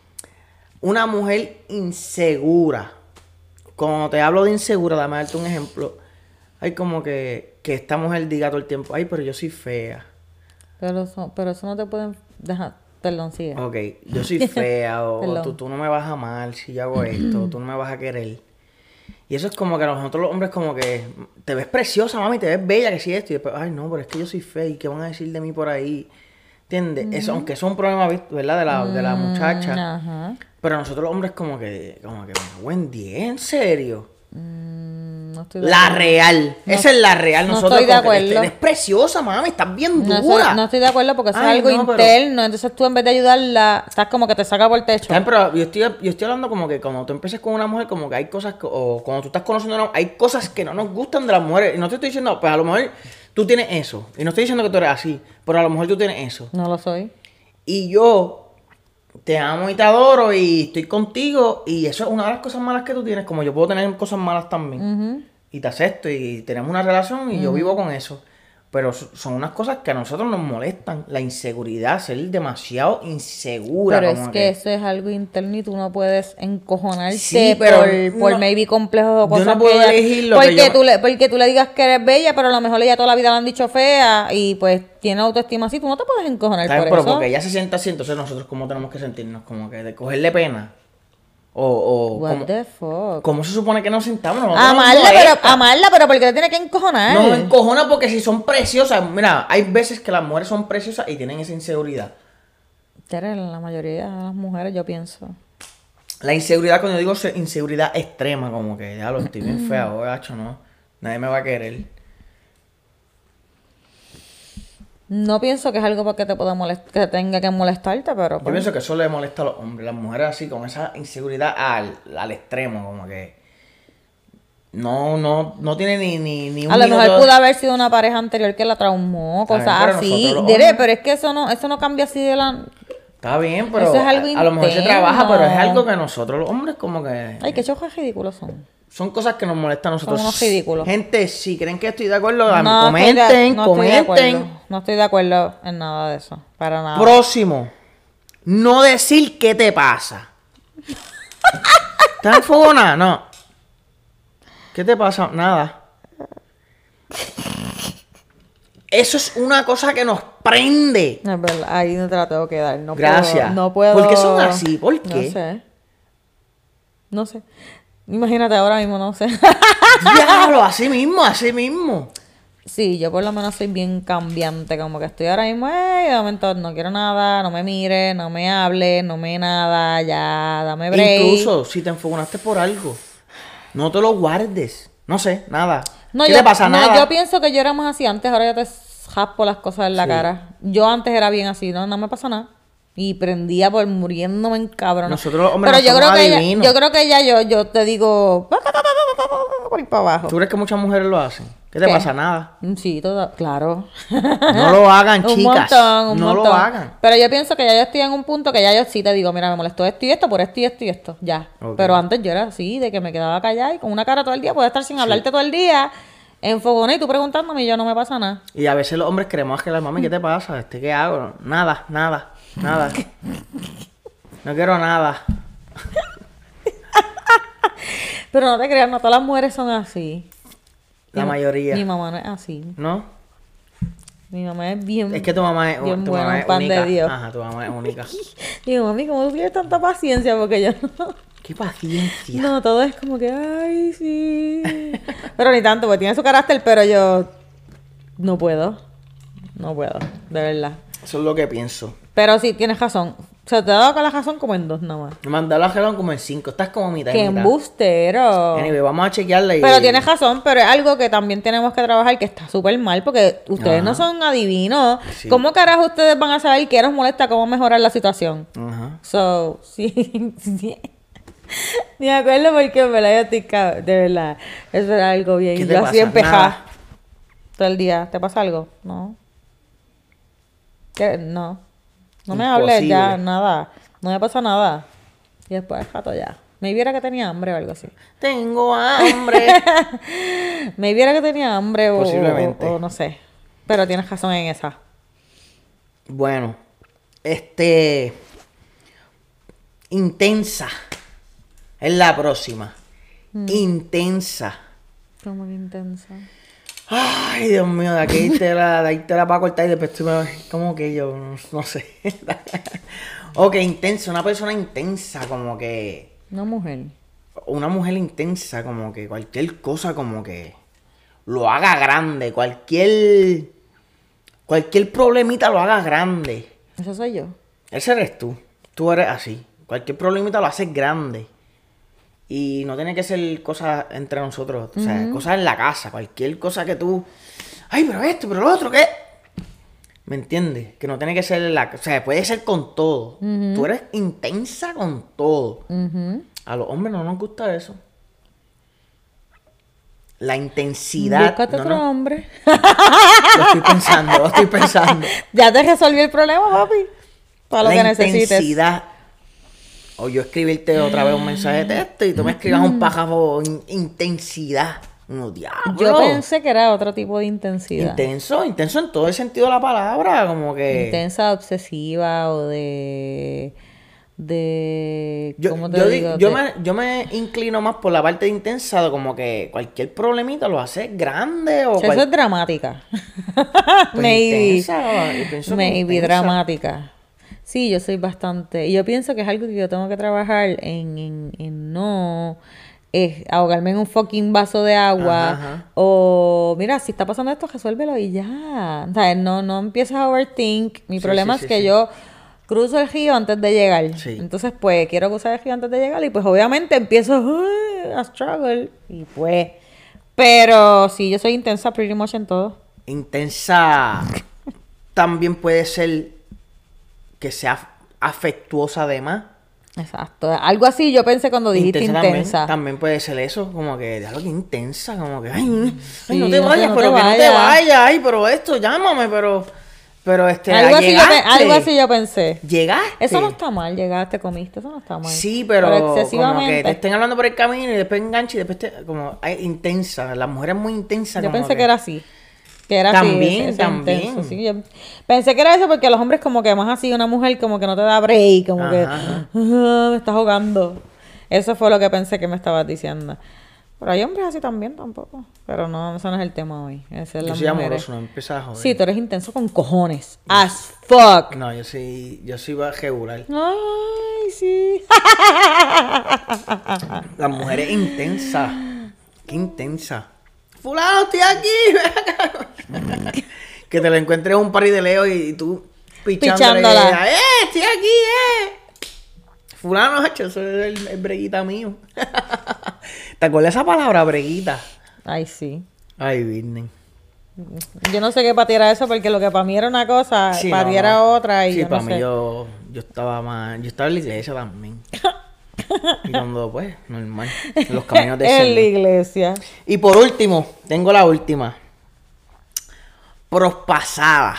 A: Una mujer insegura. Cuando te hablo de insegura, dame darte un ejemplo. Hay como que, que esta mujer diga todo el tiempo, ay, pero yo soy fea.
B: Pero eso, pero eso no te pueden dejar. Perdón, sigue.
A: Ok, yo soy fea, o, o
B: Perdón.
A: tú, tú no me vas a amar si yo hago esto, tú no me vas a querer. Y eso es como que a nosotros los hombres como que te ves preciosa, mami, te ves bella, que sí esto. Y después, ay, no, pero es que yo soy fea, ¿y qué van a decir de mí por ahí? ¿Entiendes? Eso, aunque eso es un problema, ¿verdad? De la, de la muchacha.
B: Ajá.
A: Pero nosotros los hombres como que, como que, buen día, ¿en serio?
B: Mm, no estoy de
A: La
B: acuerdo.
A: real.
B: No-
A: Esa es la real.
B: no
A: Nosotros
B: estoy de
A: como que,
B: acuerdo.
A: eres preciosa, mami, estás bien
B: No
A: dura.
B: estoy, no estoy de acuerdo porque eso
A: Ay,
B: es algo
A: no, pero-
B: interno. Entonces tú en vez de ayudarla, estás como que te saca por el techo.
A: ¿Saben? Pero yo estoy, yo estoy hablando como que cuando tú empiezas con una mujer, como que hay cosas, que- o cuando tú estás conociendo a una hay cosas que no nos gustan de las mujeres. Y no te estoy diciendo, pues a lo mejor tú tienes eso. Y no estoy diciendo que tú eres así, pero a lo mejor tú tienes eso.
B: No lo soy.
A: Y yo te amo y te adoro y estoy contigo. Y eso es una de las cosas malas que tú tienes. Como yo puedo tener cosas malas también.
B: Ujú.
A: Y te acepto y tenemos una relación y yo vivo con eso. Pero so- son unas cosas que a nosotros nos molestan. La inseguridad, ser demasiado insegura.
B: Pero es
A: como
B: que eso es algo interno y tú no puedes encojonarte
A: Sí, pero
B: por, por
A: no-
B: maybe complejos o
A: yo
B: cosas
A: no puedo
B: que ella-
A: elegir lo que
B: porque
A: yo-
B: tú le porque tú le digas que eres bella, pero a lo mejor ella toda la vida le han dicho fea y pues tiene autoestima así, tú no te puedes encojonar
A: ¿Saben?
B: por
A: Pero
B: eso.
A: porque ella se sienta así, entonces nosotros cómo tenemos que sentirnos, como que de cogerle pena. O, o
B: What
A: ¿cómo,
B: the fuck?
A: cómo se supone que nos sintamos? Nosotros nos
B: Amarla, pero
A: molesta.
B: amarla, pero porque te tiene que encojonar.
A: Nos encojona porque si son preciosas, mira, hay veces que las mujeres son preciosas y tienen esa inseguridad.
B: Tere, la mayoría de las mujeres, yo pienso.
A: La inseguridad, cuando yo digo se- inseguridad extrema, como que ya lo estoy bien fea, o gacho, no. Nadie me va a querer.
B: No pienso que es algo que te pueda molestar, que tenga que molestarte, pero
A: Yo
B: pues,
A: pienso que eso le molesta a los hombres, las mujeres así, con esa inseguridad al, al extremo, como que no, no, no tiene ni, ni, ni un
B: a lo mejor
A: minuto-
B: pudo haber sido una pareja anterior que la traumó,
A: Está bien,
B: cosas
A: pero
B: así.
A: nosotros los
B: Dere,
A: hombres-
B: pero es que eso no, eso no cambia así de la.
A: Está bien, pero
B: Eso es algo
A: a, a lo mejor se
B: interno.
A: trabaja, pero es algo que nosotros los hombres como que...
B: Ay, qué chocos ridículos son.
A: Son cosas que nos molestan a nosotros.
B: Son unos ridículos.
A: Gente, si creen que estoy de acuerdo, dame-
B: No estoy de-
A: comenten,
B: no estoy de
A: comenten.
B: acuerdo. No estoy de acuerdo en nada de eso. Para nada.
A: Próximo. No decir qué te pasa. ¿Estás enfogona? No. ¿Qué te pasa? Nada. Eso es una cosa que nos prende.
B: Es verdad, ahí no te la tengo que dar. No
A: Gracias.
B: Puedo, no puedo.
A: ¿Por qué son así? ¿Por qué?
B: No sé. No sé. Imagínate ahora mismo, no sé.
A: Diablo, así mismo, así mismo.
B: Sí, yo por lo menos soy bien cambiante, como que estoy ahora mismo, eh, de momento no quiero nada, no me mires, no me hables, no me nada, ya, dame break.
A: Incluso si te enfogonaste por algo, no te lo guardes. No sé, nada.
B: No,
A: ¿Qué
B: yo,
A: te pasa?
B: no,
A: Nada.
B: yo pienso que yo era más así antes, ahora ya te jaspo las cosas en la
A: Sí.
B: cara. Yo antes era bien así, no, no me pasa nada. Y prendía por muriéndome en cabrón.
A: Nosotros los hombres
B: Pero
A: no
B: yo creo
A: somos
B: que ella,
A: adivinos.
B: yo creo que ya yo, yo te digo por ir para abajo.
A: ¿Tú crees que muchas mujeres lo hacen? ¿Qué te
B: ¿Qué?
A: pasa? Nada.
B: Mm, Sí, todo, claro.
A: No lo hagan,
B: Un
A: chicas.
B: montón, un
A: no lo
B: montón.
A: hagan.
B: Pero yo pienso que ya yo estoy en un punto que ya yo sí te digo, mira, me molestó esto y esto, por esto y esto y esto, ya.
A: Ok.
B: Pero antes yo era así, de que me quedaba callada y con una cara todo el día, podía estar sin hablarte todo el día, enfogona y tú preguntándome y yo no me pasa nada.
A: Y a veces los hombres queremos que la mami, ¿qué te pasa? Este, ¿qué hago? Nada, nada, nada. No quiero nada.
B: Pero no te creas, no todas las mujeres son así.
A: La
B: Mi-
A: mayoría.
B: Mi mamá no es así.
A: ¿No?
B: Mi mamá es bien...
A: Es que tu mamá es,
B: bien
A: tu
B: buena,
A: mamá
B: un
A: es
B: pan de
A: única.
B: Dios.
A: Ajá, tu mamá es única.
B: Digo, mami, ¿cómo tú tienes tanta paciencia? Porque yo no...
A: Qué paciencia.
B: No, todo es como que, ay, sí. Pero ni tanto, porque tiene su carácter, pero yo no puedo. No puedo, de verdad.
A: Eso es lo que pienso.
B: Pero sí, tienes razón. O sea, te he dado con la razón como en dos nada más.
A: Me han dado la razón como en cinco. Estás como mitad
B: ¡Qué
A: y mitad.
B: embustero!
A: Anyway, vamos a chequearla y...
B: Pero tienes razón, pero es algo que también tenemos que trabajar que está súper mal porque ustedes
A: Ajá.
B: no son adivinos.
A: Sí.
B: ¿Cómo carajo ustedes van a saber qué nos molesta, cómo mejorar la situación?
A: Ajá.
B: So, sí, sí. Ni me acuerdo porque en verdad yo estoy cab- de verdad. Eso era algo bien.
A: ¿Qué te
B: Yo
A: pasa?
B: así empejá
A: Nada.
B: todo el día. ¿Te pasa algo? No. ¿Qué? No. No me hables ya,
A: Imposible.
B: nada. No me pasa nada. Y después jato ya. Me viera que tenía hambre o algo así.
A: Tengo hambre.
B: Me viera que tenía hambre o,
A: Posiblemente.
B: o- o no sé. Pero tienes razón en esa.
A: Bueno, este... Intensa. Es la próxima.
B: Mm.
A: Intensa.
B: Como que intensa.
A: Ay, Dios mío, de aquí te la, de ahí te la para cortar y después tú me... Como que yo, no, no sé. Ok, intensa, una persona intensa, como que...
B: Una mujer.
A: Una mujer intensa, como que cualquier cosa, como que... Lo haga grande, cualquier... Cualquier problemita lo haga grande.
B: Eso soy yo.
A: Ese eres tú. Tú eres así. Cualquier problemita lo haces grande. Y no tiene que ser cosas entre nosotros. O sea, cosas en la casa. Cualquier cosa que tú... Ay, pero esto, pero lo otro, ¿qué? ¿Me entiendes? Que no tiene que ser en la... O sea, puede ser con todo. Tú eres intensa con todo.
B: Ujú.
A: A los hombres no nos gusta eso. La intensidad...
B: Búscate
A: no,
B: otro
A: no,
B: hombre.
A: lo estoy pensando, lo estoy pensando.
B: Ya te resolví el problema, papi. Para lo
A: La
B: que necesites.
A: intensidad. O yo escribirte otra vez un mensaje de texto y tú me escribas un pájaro in- intensidad. No, diablo.
B: Yo pensé que era otro tipo de intensidad.
A: Intenso, intenso en todo el sentido de la palabra, como que...
B: Intensa, obsesiva o de... De...
A: Yo,
B: ¿Cómo te
A: yo, di-
B: digo?
A: yo
B: De-
A: me, yo me inclino más por la parte de intensa, de como que cualquier problemita lo hace grande o...
B: Eso
A: cual-
B: es dramática.
A: pues,
B: Maybe.
A: intensa, y pienso que
B: Maybe
A: intensa.
B: dramática. Sí, yo soy bastante... Y yo pienso que es algo que yo tengo que trabajar en, en, en no... Es ahogarme en un fucking vaso de agua.
A: Ajá, ajá.
B: O, mira, si está pasando esto, resuélvelo y ya. O sea, no, no empieces a overthink. Mi
A: Sí,
B: problema
A: sí,
B: es
A: sí,
B: que
A: sí.
B: yo cruzo el río antes de llegar.
A: Sí.
B: Entonces, pues, quiero cruzar el río antes de llegar y pues obviamente empiezo uh, a struggle. Y pues... Pero sí, yo soy intensa pretty much en todo.
A: Intensa también puede ser que sea afectuosa además.
B: Exacto. Algo así yo pensé cuando dijiste intensa.
A: También, también puede ser eso, como que de algo que intensa, como que, ay, ay,
B: Sí,
A: no te
B: no te-
A: vayas,
B: no
A: pero
B: te
A: que no te
B: vayas.
A: vayas, ay, pero esto, llámame, pero, pero este,
B: Algo así, yo,
A: llegaste,
B: pe- algo así yo pensé.
A: llegaste.
B: Eso no está mal, llegaste, comiste, eso no está mal.
A: Sí, pero, como que
B: excesivamente.
A: te estén hablando por el camino y después enganche y después te, como, ay, intensa, la mujer es muy intensa.
B: Yo
A: como
B: pensé que... era así. Que era
A: También,
B: así. ese- ese
A: también.
B: intenso, sí. Yo pensé que era eso porque los hombres como que más así, una mujer como que no te da break, como que
A: Ajá.
B: "Ah, me estás ahogando". Eso fue lo que pensé que me estabas diciendo. Pero hay hombres así también tampoco. Pero no, eso no es el tema hoy. Ese es
A: Yo
B: las
A: soy
B: mujeres.
A: amoroso, no empiezas a joder.
B: Sí, tú eres intenso con cojones. As fuck.
A: No, yo soy, yo soy regular.
B: Ay, sí.
A: La mujer es intensa. Qué intensa. Fulano, estoy aquí. ven acá. Que te lo encuentres en un party de Leo y tú pichándole.
B: Pichándola.
A: ¡Eh, estoy aquí, eh! Fulano, hacho, eso es el, el breguita mío. ¿Te acuerdas esa palabra, breguita?
B: Ay, sí.
A: Ay, Virgen.
B: Yo no sé qué para ti era eso, porque lo que para mí era una cosa,
A: Sí,
B: para
A: no,
B: ti era
A: no.
B: otra. Y
A: Sí,
B: yo
A: para
B: no
A: mí
B: sé.
A: yo, yo estaba más... Yo estaba en la iglesia también. Y cuando, pues, normal. En los caminos de
B: En la
A: Señor.
B: iglesia.
A: Y por último, tengo la última. Prospasada.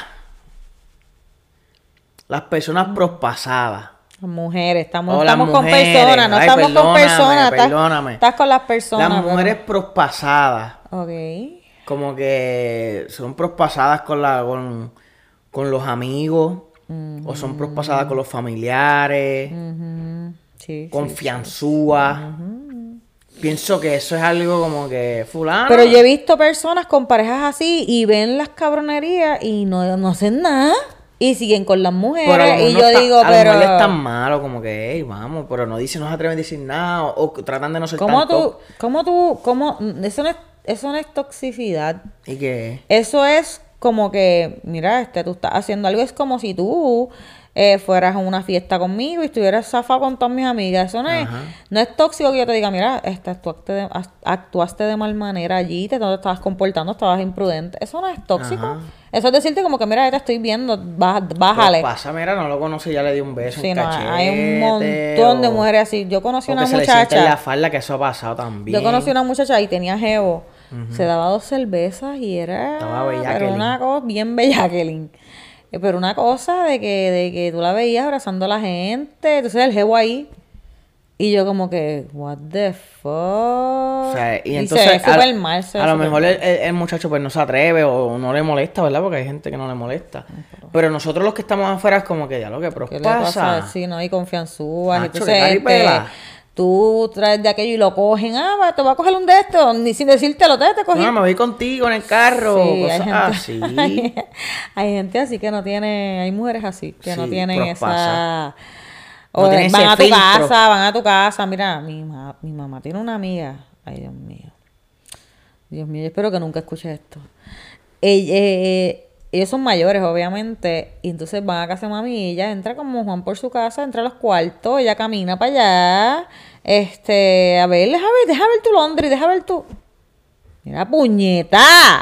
A: Las personas prospasadas.
B: Las mujeres, estamos,
A: O las
B: estamos con
A: mujeres.
B: personas, no
A: Ay,
B: estamos con
A: perdóname,
B: personas. Estás,
A: perdóname.
B: estás con las personas.
A: Las
B: pero-
A: mujeres prospasadas.
B: Ok.
A: Como que son prospasadas con la con, con los amigos. O son prospasadas con los familiares.
B: Ujú. Sí, sí.
A: Confianzúas. Pienso que eso es algo como que fulano.
B: Pero yo he visto personas con parejas así y ven las cabronerías y no, no hacen nada. Y siguen con las mujeres.
A: Pero a lo
B: y
A: mejor
B: yo
A: no está-
B: digo,
A: a lo
B: pero...
A: mejor es tan malo como que, hey, vamos, pero no dicen, no se atreven a decir nada, o, o tratan de no ser
B: ¿Cómo
A: tan
B: tú,
A: top.
B: cómo tú, cómo, eso no es, eso no es toxicidad.
A: Y que,
B: Eso es como que, mira, este, tú estás haciendo algo, es como si tú eh, fueras a una fiesta conmigo y estuvieras zafado con todas mis amigas. Eso no es,
A: Ajá.
B: no es tóxico que yo te diga, mira, este, actuaste, de, actuaste de mal manera allí, te, no te estabas comportando, estabas imprudente. Eso no es tóxico.
A: Ajá.
B: Eso es decirte como que, mira, ya te estoy viendo, bá- bájale.
A: Pues pasa, mira, no lo conoce, ya le di un beso,
B: Sí,
A: un
B: no,
A: cachete.
B: hay un montón de
A: o-
B: mujeres así. Yo conocí
A: o
B: una
A: que se le siente en la
B: muchacha.
A: falda, que eso ha pasado también.
B: Yo conocí una muchacha y tenía jevo. Se daba dos cervezas y era
A: Estaba
B: pero
A: bellaquelin.
B: una cosa bien bellaquelin. Eh, Pero una cosa de que, de que tú la veías abrazando a la gente. Entonces el jevo ahí. Y yo como que, what the fuck.
A: O sea, y
B: se
A: entonces
B: ve
A: a,
B: súper mal. se ve
A: a lo
B: súper
A: mejor
B: mal.
A: el, el- el muchacho pues no se atreve o no le molesta, ¿verdad? Porque hay gente que no le molesta. Pero nosotros los que estamos afuera es como que ya lo que pero
B: ¿Qué le
A: pasa.
B: pasa? Sí, no, y confianzúas.
A: Macho,
B: Entonces,
A: qué caripela.
B: este, tú traes de aquello y lo cogen. Ah, va, te voy a coger un de estos. Ni sin decírtelo, te, te cogí.
A: No, me voy contigo en el carro,
B: Sí, hay
A: cosas
B: gente,
A: así.
B: hay, hay gente así que no tiene, hay mujeres así que no
A: Sí,
B: tienen
A: prospasa.
B: esa... O
A: No tienen
B: van
A: ese
B: a tu
A: filtro.
B: casa, van a tu casa. Mira, mi, ma- mi mamá tiene una amiga. Ay, Dios mío. Dios mío, yo espero que nunca escuche esto. Ell- eh, ellos son mayores, obviamente, y entonces van a casa de mami y ella entra como Juan por su casa, entra a los cuartos, ella camina para allá, este, a ver, deja ver, deja ver tu Londres, deja ver tu... Mira, puñeta,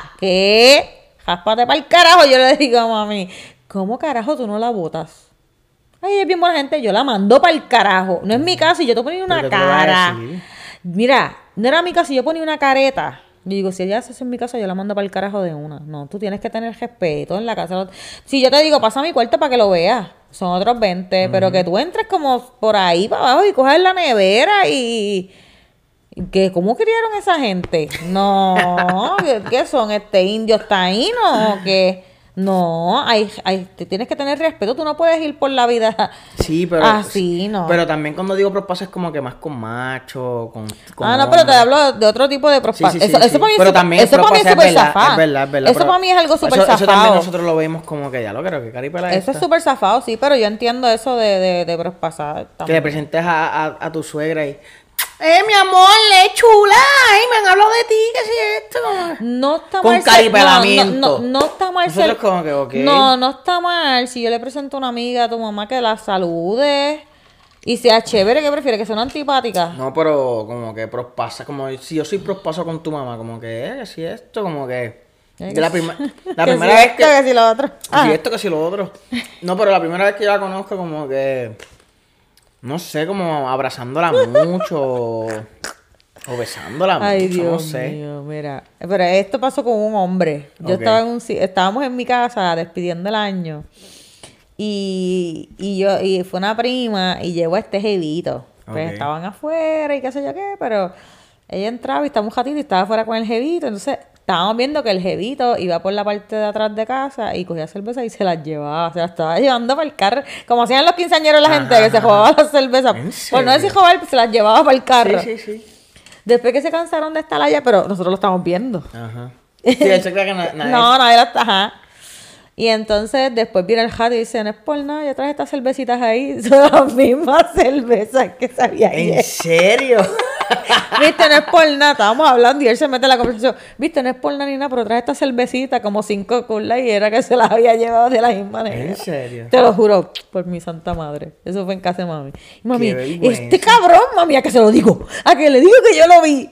B: ¿qué? Jáspate para el carajo, yo le digo a mami, ¿cómo carajo tú no la botas? Ay, es bien buena gente, yo la mando para el carajo. No es mi casa y yo te ponía una
A: ¿Pero qué tú le vas a
B: cara.
A: decir?
B: Mira, no era mi casa y yo ponía una careta. Yo digo, si ella hace eso en mi casa, yo la mando para el carajo de una. No, tú tienes que tener respeto en la casa. Si yo te digo, pasa a mi cuarto para que lo veas, son otros veinte, pero que tú entres como por ahí para abajo y cojas la nevera y... ¿Qué? ¿Cómo criaron esa gente? No, ¿qué, qué son? ¿Este indios taínos o qué? No, hay, hay, te tienes que tener respeto. Tú no puedes ir por la vida
A: Sí, pero...
B: así, ¿no?
A: Pero también cuando digo prospasa es como que más con macho, con, con
B: Ah, no, pero te
A: hombre.
B: hablo de otro tipo de prospa-
A: Sí, sí, sí,
B: eso,
A: sí.
B: eso para mí es
A: Pero
B: súper-
A: también
B: eso para mí es
A: prospasa
B: súper
A: verdad,
B: zafado.
A: es verdad, es verdad.
B: Eso
A: pero
B: para mí es algo súper
A: eso, eso también
B: zafado.
A: nosotros lo vemos como que ya lo creo que caripela
B: Eso
A: esta.
B: es súper zafado, sí, pero yo entiendo eso de, de, de prospasar
A: Que le
B: también.
A: presentes a, a, a tu suegra y... Eh, mi amor, le chula. Ay, me han hablado de ti, que si esto.
B: No está
A: Con
B: mal ser-
A: caripelamiento.
B: No, no, no, no está mal
A: Nosotros
B: ser-
A: como que, ok.
B: No, no está mal. Si yo le presento a una amiga a tu mamá que la salude y sea chévere, ¿qué prefiere? ¿Que sea una antipática?
A: No, pero como que prospasa, como si yo soy prospaso con tu mamá, como que, eh, que si esto, como que...
B: Eh,
A: de la, prima- la
B: que
A: primera
B: si
A: vez
B: esto,
A: que...
B: que si lo otro.
A: que
B: Ah.
A: si esto, que si lo otro. No, pero la primera vez que yo la conozco, como que... No sé, como abrazándola mucho o, o besándola
B: Ay,
A: mucho,
B: Dios
A: no sé.
B: mío, mira. Pero esto pasó con un hombre. Yo
A: Ok.
B: estaba en un si- estábamos en mi casa despidiendo el año. Y, y yo, y fue una prima y llegó este jevito. Pues
A: Ok.
B: estaban afuera y qué sé yo qué, pero ella entraba y estaba un ratito y estaba afuera con el jevito. Entonces estábamos viendo que el jevito iba por la parte de atrás de casa y cogía cerveza y se las llevaba. Se las estaba llevando para el carro. Como hacían los quinceañeros la gente,
A: Ajá,
B: que se
A: ajá.
B: robaba las cervezas.
A: ¿En
B: Por no decir
A: serio?
B: joder, pues se las llevaba para el carro.
A: Sí, sí, sí.
B: Después que se cansaron de estar allá, pero nosotros lo estamos viendo.
A: Ajá. Sí, él se cree que na- nadie...
B: No, nadie la está. Ajá. Y entonces después viene el jato y dice, no es por nada, yo traje estas cervecitas ahí, son las mismas cervezas que sabía
A: ¿En
B: ayer.
A: serio?
B: Viste, no es por nada, estábamos hablando y él se mete en la conversación. Viste, no es por nada ni nada, pero traje estas cervecitas como cinco culas y era que se las había llevado de la misma manera.
A: ¿En serio?
B: Te lo juro, por mi santa madre. Eso fue en casa de mami. Y mami,
A: Qué vergüenza.
B: este cabrón, mami, a que se lo digo. A que le digo que yo lo vi.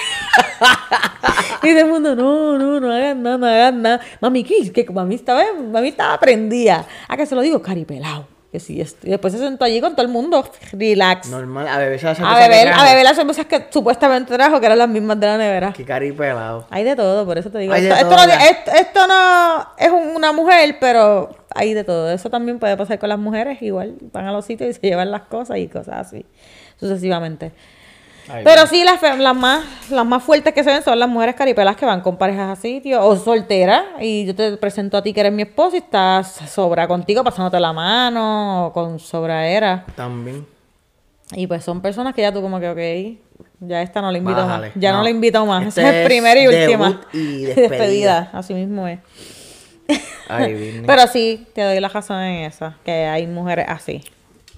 B: Y todo el mundo, no, no, no hagan nada, no hagan nada. Mami, ¿qué? Que mami estaba, mami estaba prendida. A que se lo digo, caripelao. Que sí, esto. Y después se sentó allí con todo el mundo, relax.
A: Normal, a beber esa
B: a
A: cerveza que
B: beber,
A: trajo.
B: a beber las cervezas que supuestamente trajo, que eran las mismas de la nevera.
A: Qué caripelado.
B: Hay de todo, por eso te digo.
A: Hay de
B: Esto, esto
A: todo,
B: no,
A: ya.
B: esto- esto no es un- una mujer, pero hay de todo. Eso también puede pasar con las mujeres. Igual van a los sitios y se llevan las cosas y cosas así, sucesivamente.
A: Ay,
B: Pero
A: bueno.
B: sí, las, fe- las más las más fuertes que se ven son las mujeres caripelas que van con parejas a sitios o solteras. Y yo te presento a ti que eres mi esposo y estás sobra contigo pasándote la mano o con sobraera.
A: También.
B: Y pues son personas que ya tú como que, ok, ya esta no la invito
A: Bájale.
B: más. Ya no,
A: No.
B: la invito más.
A: Este
B: Esa es
A: es
B: primera y última.
A: debut y despedida.
B: Así mismo es.
A: Ay, Virgen.
B: Pero sí, te doy la razón en esa, que hay mujeres así.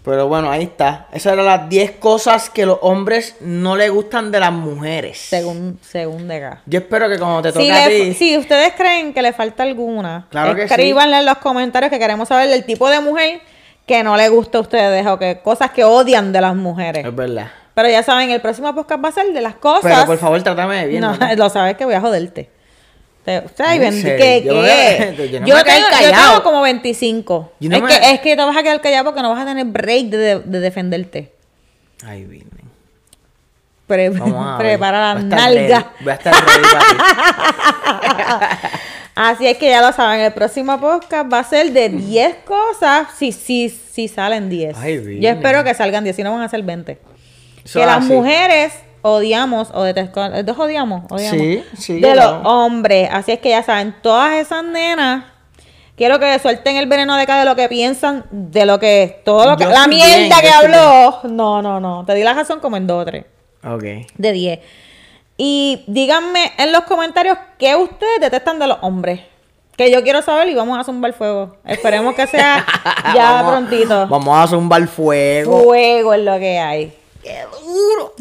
A: Pero bueno, ahí está. Esas eran las diez cosas que los hombres no les gustan de las mujeres.
B: Según, según de acá.
A: Yo espero que cuando te toque
B: Si,
A: a
B: le-
A: ti...
B: si ustedes creen que le falta alguna,
A: Claro que sí.
B: escríbanle en los comentarios que queremos saber del tipo de mujer que no le gusta a ustedes o que cosas que odian de las mujeres.
A: Es verdad.
B: Pero ya saben, el próximo podcast va a ser de las cosas.
A: Pero por favor, trátame bien.
B: No,
A: ¿no?
B: lo sabes que voy a joderte. Te, ¿sabes?
A: ¿En
B: Ven-
A: serio?
B: ¿Qué?
A: Yo
B: ¿Qué?
A: voy a- yo no
B: yo,
A: me voy a quedar
B: tengo, yo
A: callado.
B: tengo como veinticinco.
A: Yo no
B: es,
A: me-
B: que, es que te vas a quedar callado porque no vas a tener break de, de, de defenderte.
A: Ay, Virgen.
B: Pre-
A: Vamos a ver.
B: prepara
A: Voy
B: la
A: a estar ready.
B: nalga.
A: Voy a estar ready para ti.
B: Así es que ya lo saben, el próximo podcast va a ser de diez cosas. Si sí, sí, sí salen diez.
A: Ay, Virgen.
B: Yo espero que salgan diez, si no van a ser veinte.
A: Eso
B: que
A: es
B: las
A: así.
B: mujeres odiamos o detestamos. ¿Dos odiamos? odiamos
A: Sí, sí,
B: de
A: yo
B: los
A: no.
B: hombres. Así es que ya saben, todas esas nenas, quiero que suelten el veneno de acá de lo que piensan, de lo que. Todo lo que.
A: Yo
B: La
A: estoy
B: mierda
A: bien,
B: que
A: yo estoy
B: habló. No, no, no. Te di la razón como en dos o tres.
A: Ok.
B: De diez. Y díganme en los comentarios qué ustedes detestan de los hombres. Que yo quiero saber y vamos a zumbar fuego. Esperemos que sea ya
A: Vamos-
B: prontito.
A: Vamos a zumbar fuego.
B: Fuego es lo que hay.
A: ¡Qué duro!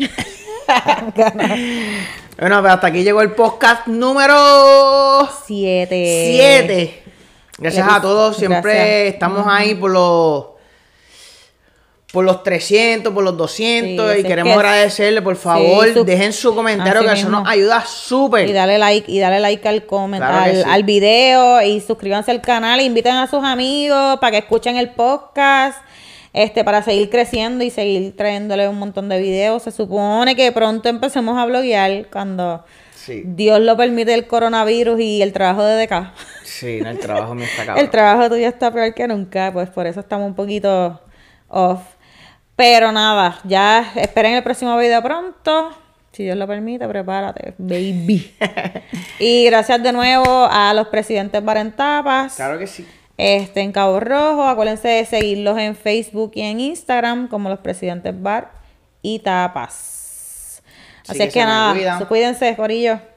A: Bueno, pues hasta aquí llegó el podcast número
B: Siete.
A: siete. Gracias a todos. Siempre
B: Gracias.
A: estamos ahí por los por los trescientos, por los doscientos.
B: Sí,
A: y
B: es
A: queremos
B: que-
A: agradecerle, por favor,
B: su-
A: dejen su comentario,
B: así
A: que eso
B: mismo.
A: nos ayuda
B: Y
A: súper.
B: dale like, y dale like al comment,
A: Claro que
B: al,
A: sí.
B: al video, y suscríbanse al canal, e inviten a sus amigos para que escuchen el podcast, este, para seguir creciendo y seguir trayéndole un montón de videos. Se supone que pronto empecemos a bloguear cuando
A: Sí,
B: Dios lo permite, el coronavirus y el trabajo de D K.
A: sí, no, el trabajo me está acabando.
B: El trabajo tuyo está peor que nunca, pues por eso estamos un poquito off. Pero nada, ya esperen el próximo video pronto. Si Dios lo permite, prepárate, baby. Y gracias de nuevo a los presidentes Bar en Tapas.
A: Claro que sí.
B: Este, en Cabo Rojo. Acuérdense de seguirlos en Facebook y en Instagram como los presidentes Bar y Tapas.
A: Así
B: Así
A: que
B: es que
A: se me
B: nada,
A: cuidan.
B: cuídense, corillo.